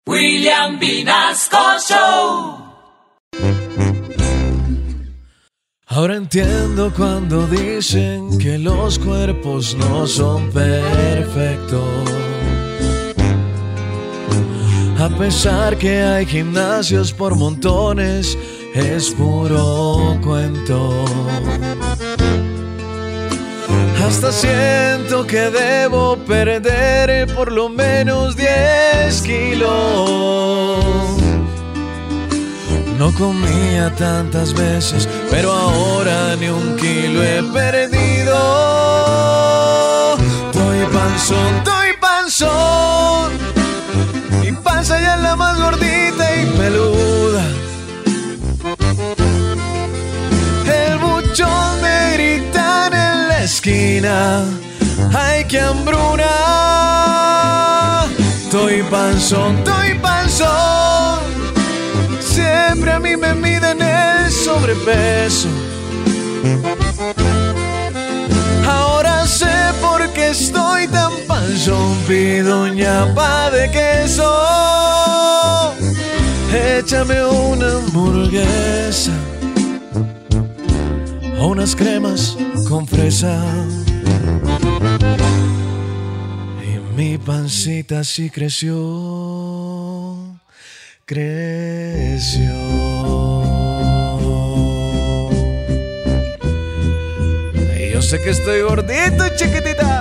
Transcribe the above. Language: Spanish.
William Vinasco Show. Ahora entiendo cuando dicen que los cuerpos no son perfectos. A pesar que hay gimnasios por montones, es puro cuento. Hasta siento que debo perder por lo menos 10 kilos. No comía tantas veces, pero ahora ni un kilo he perdido. Estoy panzón. Mi panza ya es la más gordita y peluda. El buchón me gritan en la esquina: ¡ay, qué hambruna! Estoy panzón. Siempre a mí me miden el sobrepeso. Ahora sé por qué estoy tan panzón. Pido ñapa de queso. Échame una hamburguesa o unas cremas con fresa. Y mi pancita sí creció. Yo sé que estoy gordito, chiquitita.